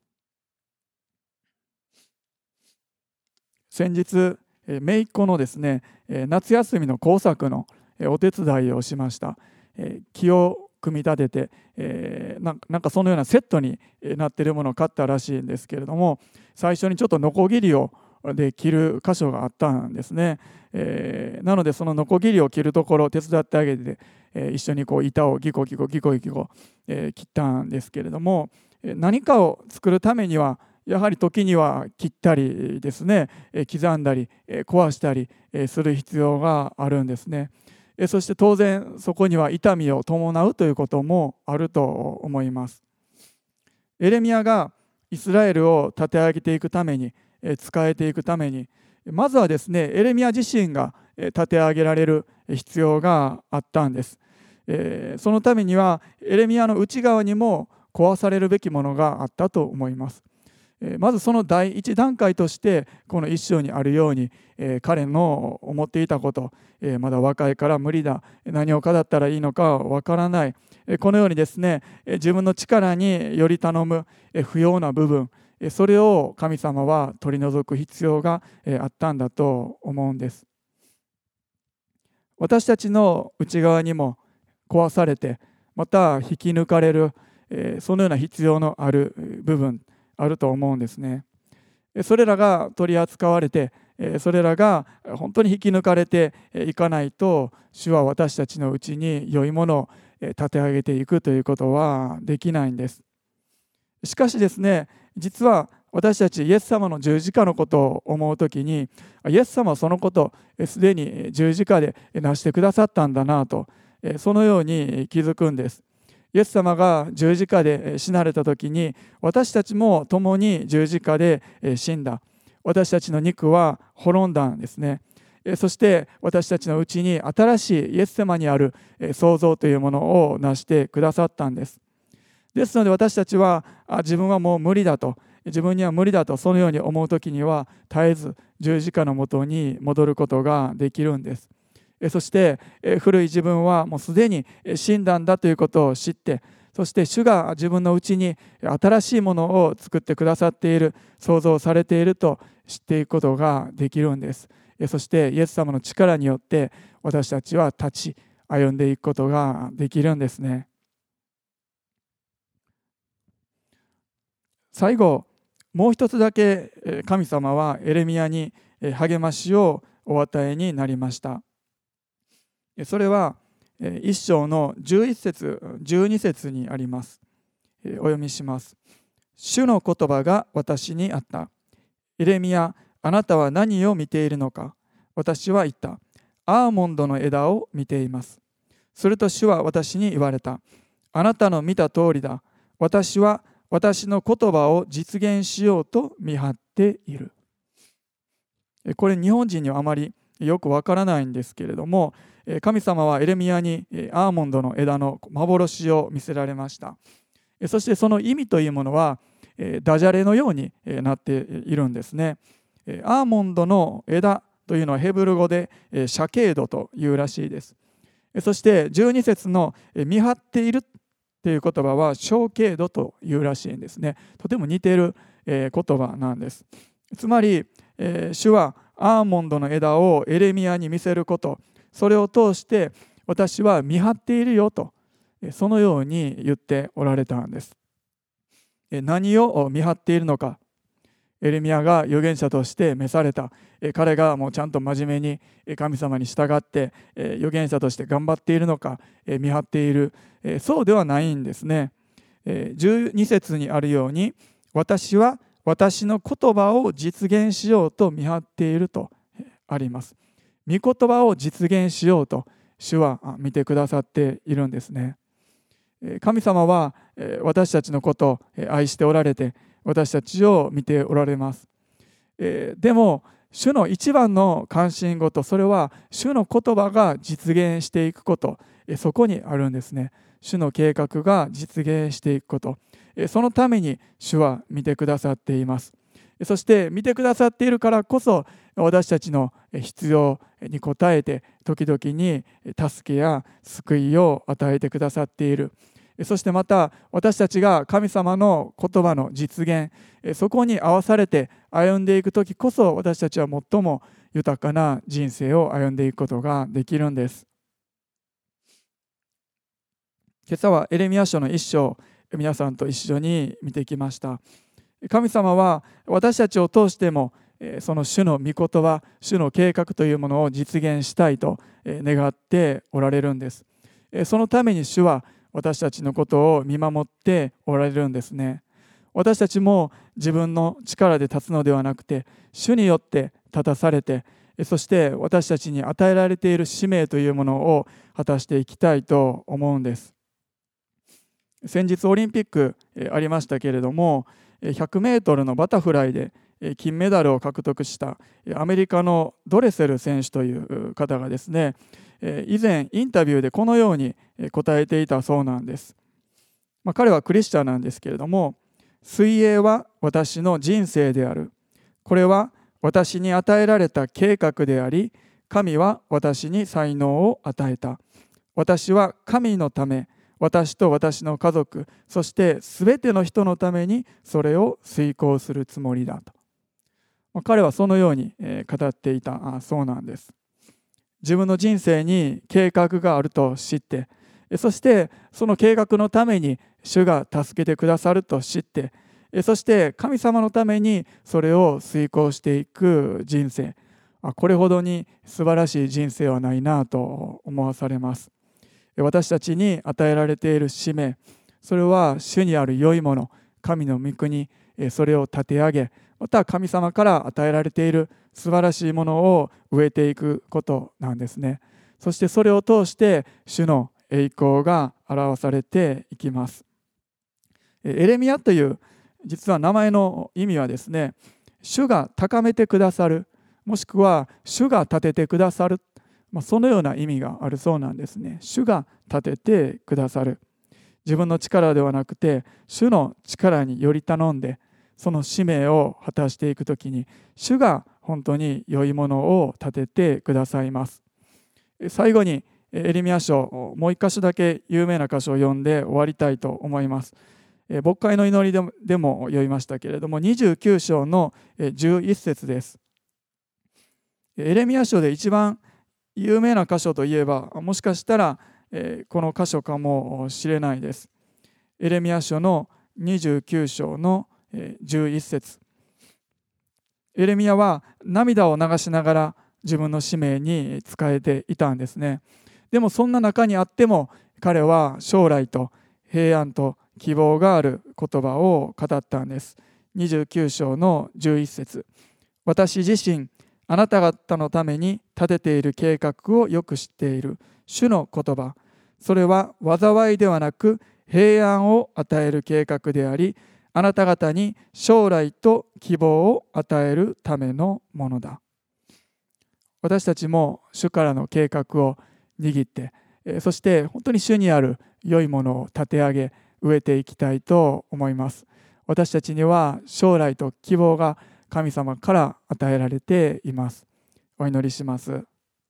先日姪っ子のですね、夏休みの工作のお手伝いをしました。木を組み立てて、なんかそのようなセットになっているものを買ったらしいんですけれども、最初にちょっとノコギリで切る箇所があったんですね。なのでそのノコギリを切るところを手伝ってあげて、一緒に板をギコギコ切ったんですけれども、何かを作るためにはやはり時には切ったりですね、刻んだり壊したりする必要があるんですね。そして当然そこには痛みを伴うということもあると思います。エレミヤがイスラエルを立て上げていくために、仕えていくために、まずはですね、エレミヤ自身が立て上げられる必要があったんです。そのためにはエレミヤの内側にも壊されるべきものがあったと思います。 まずその第一段階としてこの一章にあるように、彼の思っていたこと、まだ若いから無理だ、何を語ったらいいのかわからない、このようにですね、自分の力により頼む不要な部分、それを神様は取り除く必要があったんだと思うんです。私たちの内側にも壊されて、また引き抜かれる、そのような必要のある部分あると思うんですね。それらが取り扱われて、それらが本当に引き抜かれていかないと、主は私たちのうちに良いものを立て上げていくということはできないんです。しかしですね、実は私たちイエス様の十字架のことを思うときに、イエス様はそのことをすでに十字架で成してくださったんだなと、そのように気づくんです。イエス様が十字架で死なれたときに、私たちも共に十字架で死んだ。私たちの肉は滅んだんですね。そして私たちのうちに新しいイエス様にある創造というものを成してくださったんです。ですので私たちは自分はもう無理だと、自分には無理だと、そのように思うときには絶えず十字架のもとに戻ることができるんです。そして古い自分はもうすでに死んだんだということを知って、そして主が自分のうちに新しいものを作ってくださっている、創造されていると知っていくことができるんです。そしてイエス様の力によって私たちは立ち歩んでいくことができるんですね。最後、もう一つだけ神様はエレミヤに励ましをお与えになりました。それは一章の11節12節にあります。お読みします。主の言葉が私にあった。エレミヤ、あなたは何を見ているのか。私は言った。アーモンドの枝を見ています。すると主は私に言われた。あなたの見た通りだ。私は私の言葉を実現しようと見張っている。これ日本人にはあまりよくわからないんですけれども、神様はエレミヤにアーモンドの枝の幻を見せられました。そしてその意味というものはダジャレのようになっているんですね。アーモンドの枝というのはヘブル語でシャケードというらしいです。そして12節の見張っているという言葉はショーケードというらしいんですね。とても似ている言葉なんです。つまり主はアーモンドの枝をエレミヤに見せること、それを通して私は見張っているよと、そのように言っておられたんです。何を見張っているのか。エレミヤが預言者として召された。彼がもうちゃんと真面目に神様に従って預言者として頑張っているのか、見張っている。そうではないんですね。12節にあるように、私は私の言葉を実現しようと見張っているとあります。御言葉を実現しようと主は見てくださっているんですね。神様は私たちのことを愛しておられて、私たちを見ておられます。でも主の一番の関心事、それは主の言葉が実現していくこと、そこにあるんですね。主の計画が実現していくこと、そのために主は見てくださっています。そして見てくださっているからこそ、私たちの必要に応えて時々に助けや救いを与えてくださっている。そしてまた私たちが神様の言葉の実現、そこに合わされて歩んでいくときこそ、私たちは最も豊かな人生を歩んでいくことができるんです。今朝はエレミヤ書の一章、皆さんと一緒に見てきました。神様は私たちを通してもその主の御言葉、主の計画というものを実現したいと願っておられるんです。そのために主は私たちのことを見守っておられるんですね。私たちも自分の力で立つのではなくて、主によって立たされて、そして私たちに与えられている使命というものを果たしていきたいと思うんです。先日オリンピックありましたけれども、100メートルのバタフライで金メダルを獲得したアメリカのドレセル選手という方がですね、以前インタビューでこのように答えていたそうなんです。彼はクリスチャンなんですけれども、 水泳は私の人生である。これは私に与えられた計画であり、神は私に才能を与えた。私は神のため、私と私の家族、そしてすべての人のためにそれを遂行するつもりだと。彼はそのように語っていたそうなんです。自分の人生に計画があると知って、そしてその計画のために主が助けてくださると知って、そして神様のためにそれを遂行していく人生、これほどに素晴らしい人生はないなと思わされます。私たちに与えられている使命、それは主にある良いもの、神の御国、それを立て上げ、また神様から与えられている素晴らしいものを植えていくことなんですね。そしてそれを通して主の栄光が表されていきます。エレミヤという実は名前の意味はですね、主が高めてくださる、もしくは主が立ててくださる、そのような意味があるそうなんですね。主が立ててくださる。自分の力ではなくて主の力により頼んで、その使命を果たしていくときに主が本当に良いものを立ててくださいます。最後にエレミヤ書、もう一箇所だけ有名な箇所を読んで終わりたいと思います。牧会の祈りでも読みましたけれども、29章の11節です。エレミヤ書で一番有名な箇所といえば、もしかしたらこの箇所かもしれないです。エレミヤ書の29章の11節。エレミヤは涙を流しながら自分の使命に仕えていたんですね。でもそんな中にあっても彼は将来と平安と希望がある言葉を語ったんです。29章の11節。私自身あなた方のために立てている計画をよく知っている。主の言葉。それは災いではなく平安を与える計画であり、あなた方に将来と希望を与えるためのものだ。私たちも主からの計画を握って、そして本当に主にある良いものを立て上げ、植えていきたいと思います。私たちには将来と希望が神様から与えられています。お祈りします。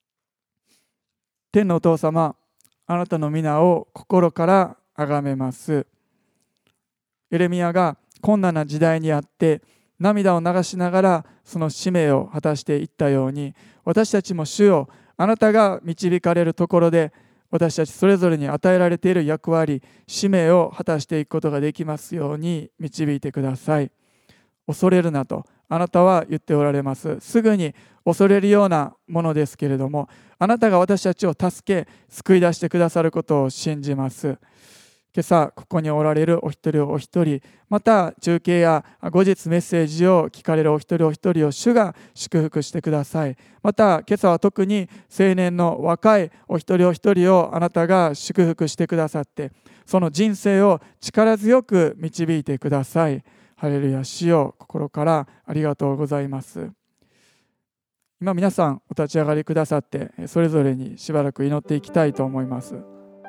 天のお父様、あなたの皆を心から崇めます。エレミヤが困難な時代にあって涙を流しながらその使命を果たしていったように、私たちも主よ、あなたが導かれるところで私たちそれぞれに与えられている役割、使命を果たしていくことができますように導いてください。恐れるなとあなたは言っておられます。すぐに恐れるようなものですけれども、あなたが私たちを助け救い出してくださることを信じます。今朝ここにおられるお一人お一人、また中継や後日メッセージを聞かれるお一人お一人を主が祝福してください。また今朝は特に青年の若いお一人お一人をあなたが祝福してくださって、その人生を力強く導いてください。ハレルヤ、主よ、心からありがとうございます。今皆さんお立ち上がりくださって、それぞれにしばらく祈っていきたいと思います。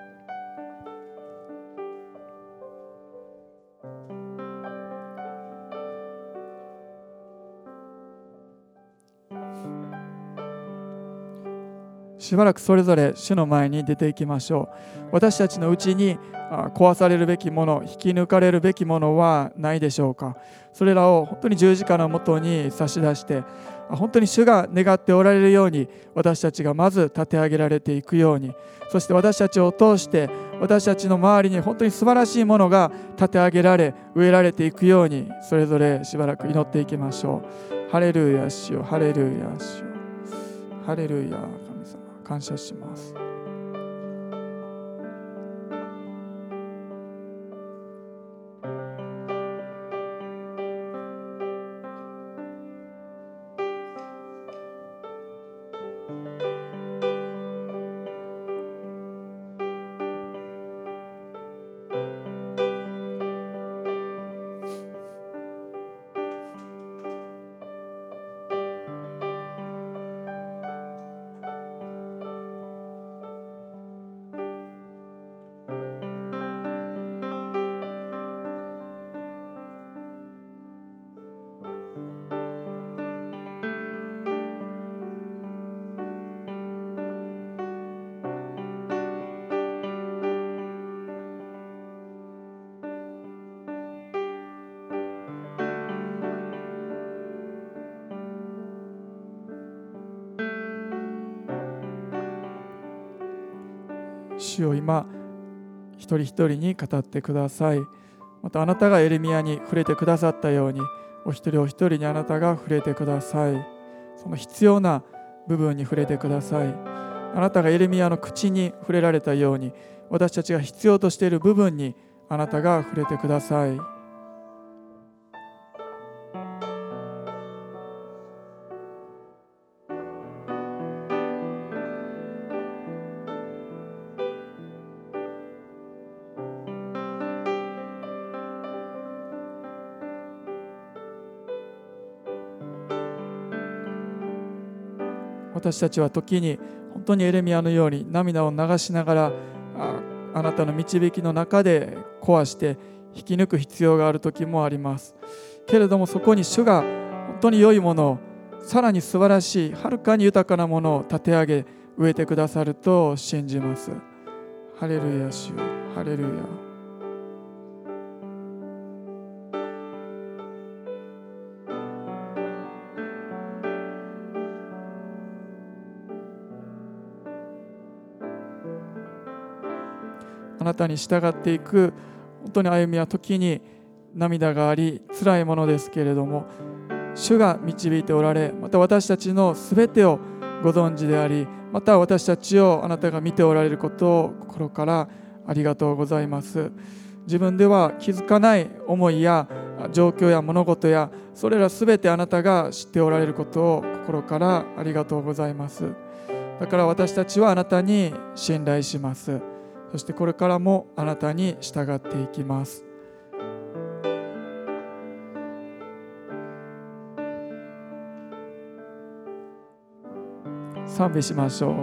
しばらくそれぞれ主の前に出ていきましょう。私たちのうちに壊されるべきもの、引き抜かれるべきものはないでしょうか。それらを本当に十字架のもとに差し出して、本当に主が願っておられるように私たちがまず立て上げられていくように、そして私たちを通して私たちの周りに本当に素晴らしいものが立て上げられ植えられていくように、それぞれしばらく祈っていきましょう。ハレルヤ、主よ、ハレルヤ、主よ、ハレルヤ、神様感謝します。 主を今一人一人に語ってください。またあなたがエレミヤに触れてくださったように、お一人お一人にあなたが触れてください。その必要な部分に触れてください。あなたがエレミヤの口に触れられたように、私たちが必要としている部分にあなたが触れてください。私たちは時に本当にエレミヤのように涙を流しながら、あなたの導きの中で壊して引き抜く必要がある時もあります。けれどもそこに主が本当に良いものを、さらに素晴らしいはるかに豊かなものを立て上げ植えてくださると信じます。ハレルヤ、主よ、ハレルヤ。あなたに従っていく本当に歩みは時に涙があり辛いものですけれども、主が導いておられ、また私たちのすべてをご存知であり、また私たちをあなたが見ておられることを心からありがとうございます。自分では気づかない思いや状況や物事や、それらすべてあなたが知っておられることを心からありがとうございます。だから私たちはあなたに信頼します。そしてこれからもあなたに従っていきます。賛美しましょう。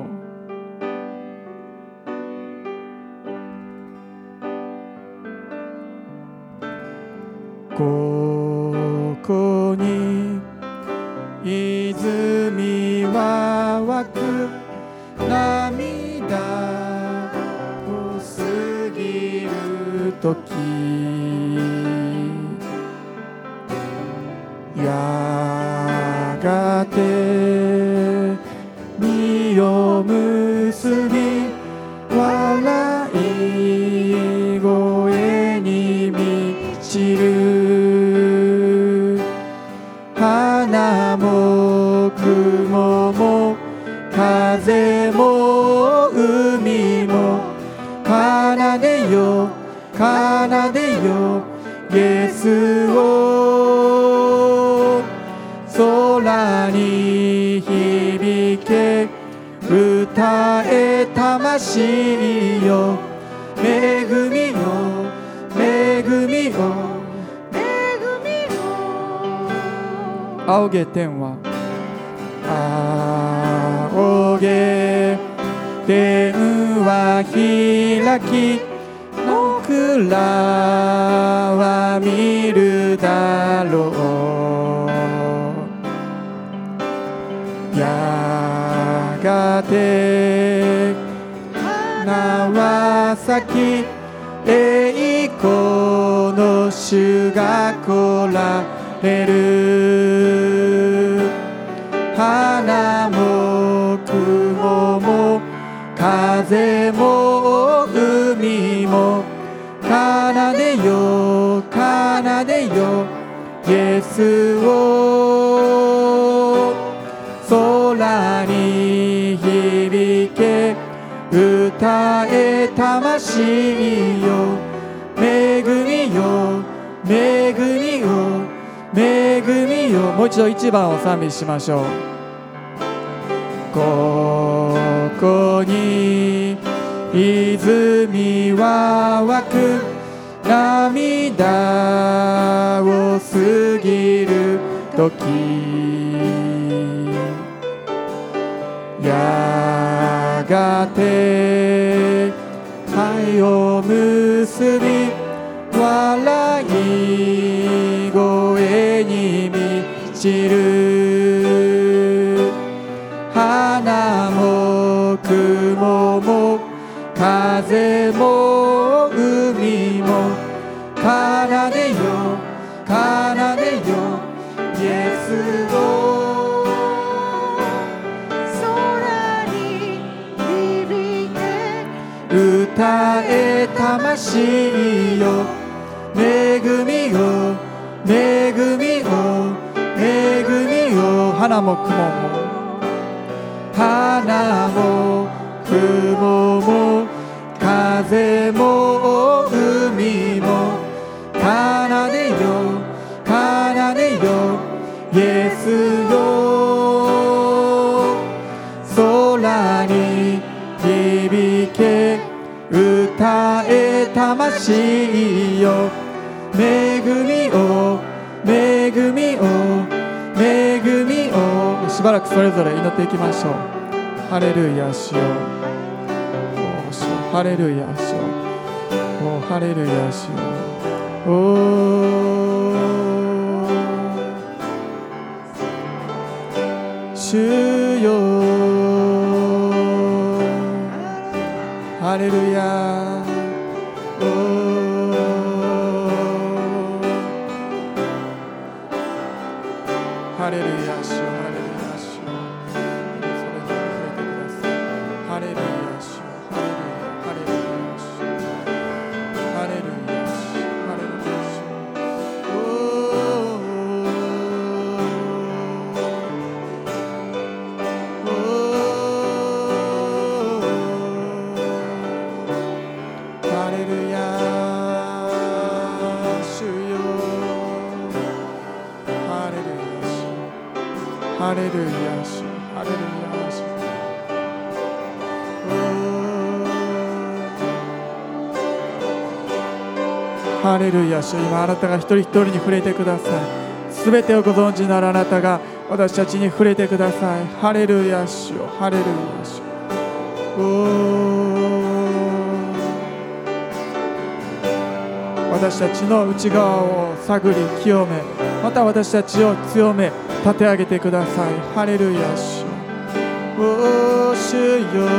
ここに泉は湧く、涙を過ぎるとき、やがて実を結び、笑い声に満ちる。花も雲も風も海も奏でよ奏でよイエスを。空に響け歌え魂よ、恵みよ恵みよ恵みよ。仰げ天は仰げ天は開き、のくらは見るだろう。やがて花は咲き、栄光の主が来られる。花も雲も風も海も奏でよ奏でよイエスを。空に響け歌え魂よ、恵みよ恵みよ恵みよ。もう一度1番を賛美しましょう。ここに泉は湧く、涙を過ぎるとき、やがて愛を結び、笑い声に満ちる。花も雲も風も海も奏でよ奏でよイエスを。空に響け歌歌え魂よ、恵みを恵みを恵みを。花も雲も花も雲も風も海も奏でよ奏でよイエスよ。空に響け歌え魂よ、恵みを恵みを恵みを。しばらくそれぞれ祈っていきましょう。ハレルヤ主よ、ハレルヤ主よ、ハレルヤ主よ。主よハレルヤ。ハレルヤ主よ、ハレルヤ主よ。それぞれ触れてください。ハレルヤ主よ、ハレルヤ、ハレルヤ主よ、ハレルヤ主よ、ハレルヤ主よ。ハレルヤ主よ、ハレルヤ主よ、ハレルヤ主、ハレルヤ主。ハレルヤ主、今あなたが一人一人に触れてください。すべてをご存知なるあなたが私たちに触れてください。ハレルヤ主よ、ハレルヤ主。私たちの内側を探り清め、また私たちを強め立て上げてください。ハレルヤ主よ、主よ、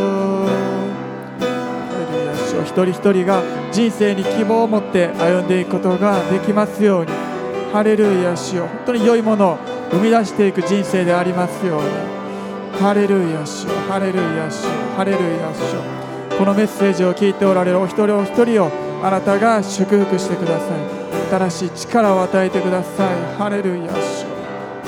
ハレルヤ主よ。一人一人が人生に希望を持って歩んでいくことができますように。ハレルヤ主よ、本当に良いものを生み出していく人生でありますように。ハレルヤ主よ、ハレルヤ主よ、ハレルヤ主よ。このメッセージを聞いておられるお一人お一人をあなたが祝福してください。新しい力を与えてください。ハレルヤ主よ。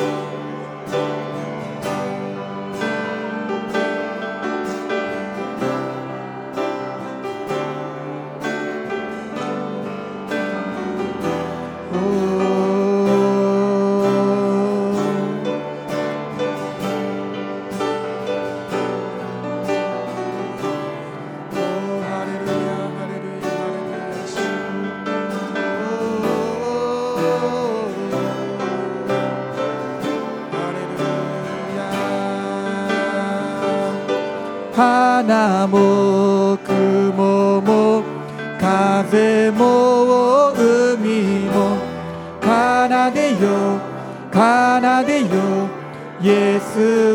花も雲も風も海も奏でよ奏でよイエス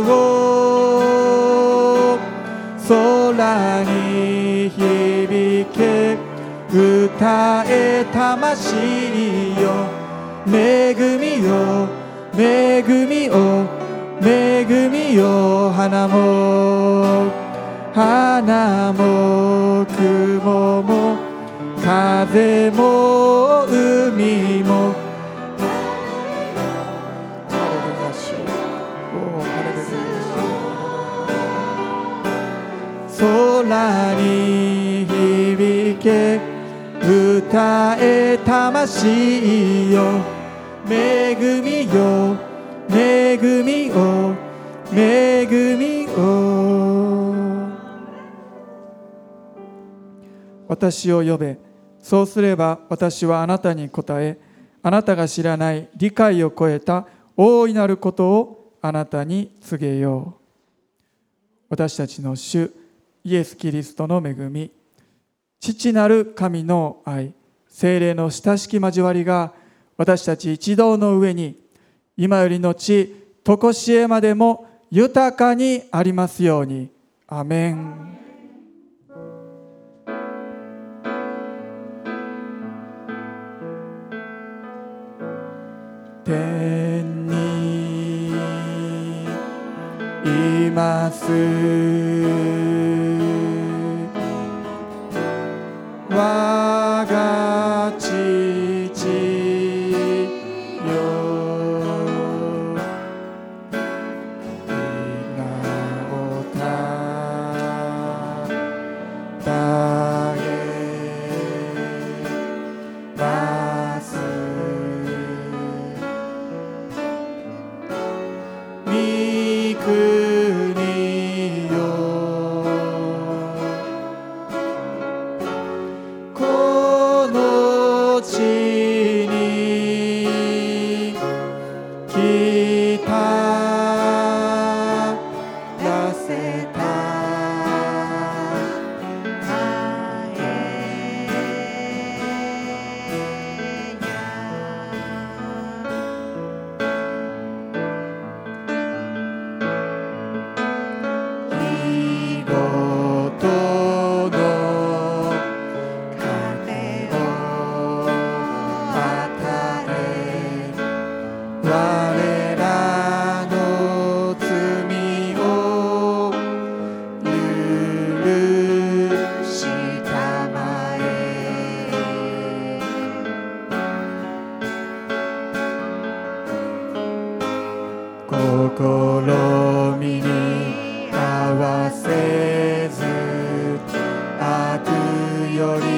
を。空に響け歌え魂よ、恵みよ恵みを恵みよ。花も花も雲も風も海も。ハレルヤ主、ハレルヤ主。空に響け歌え魂よ、恵みよ恵みを恵みを。私を呼べ、そうすれば私はあなたに答え、あなたが知らない理解を超えた大いなることをあなたに告げよう。私たちの主イエス・キリストの恵み、父なる神の愛、聖霊の親しき交わりが私たち一同の上に今よりのちとこしえまでも豊かにありますように。アメン。天にいます我が父よ、皆をたたえます御国よ、この地に来たらせた日ごとの金を与え我らの罪を許したまえ、試みに合わせず悪より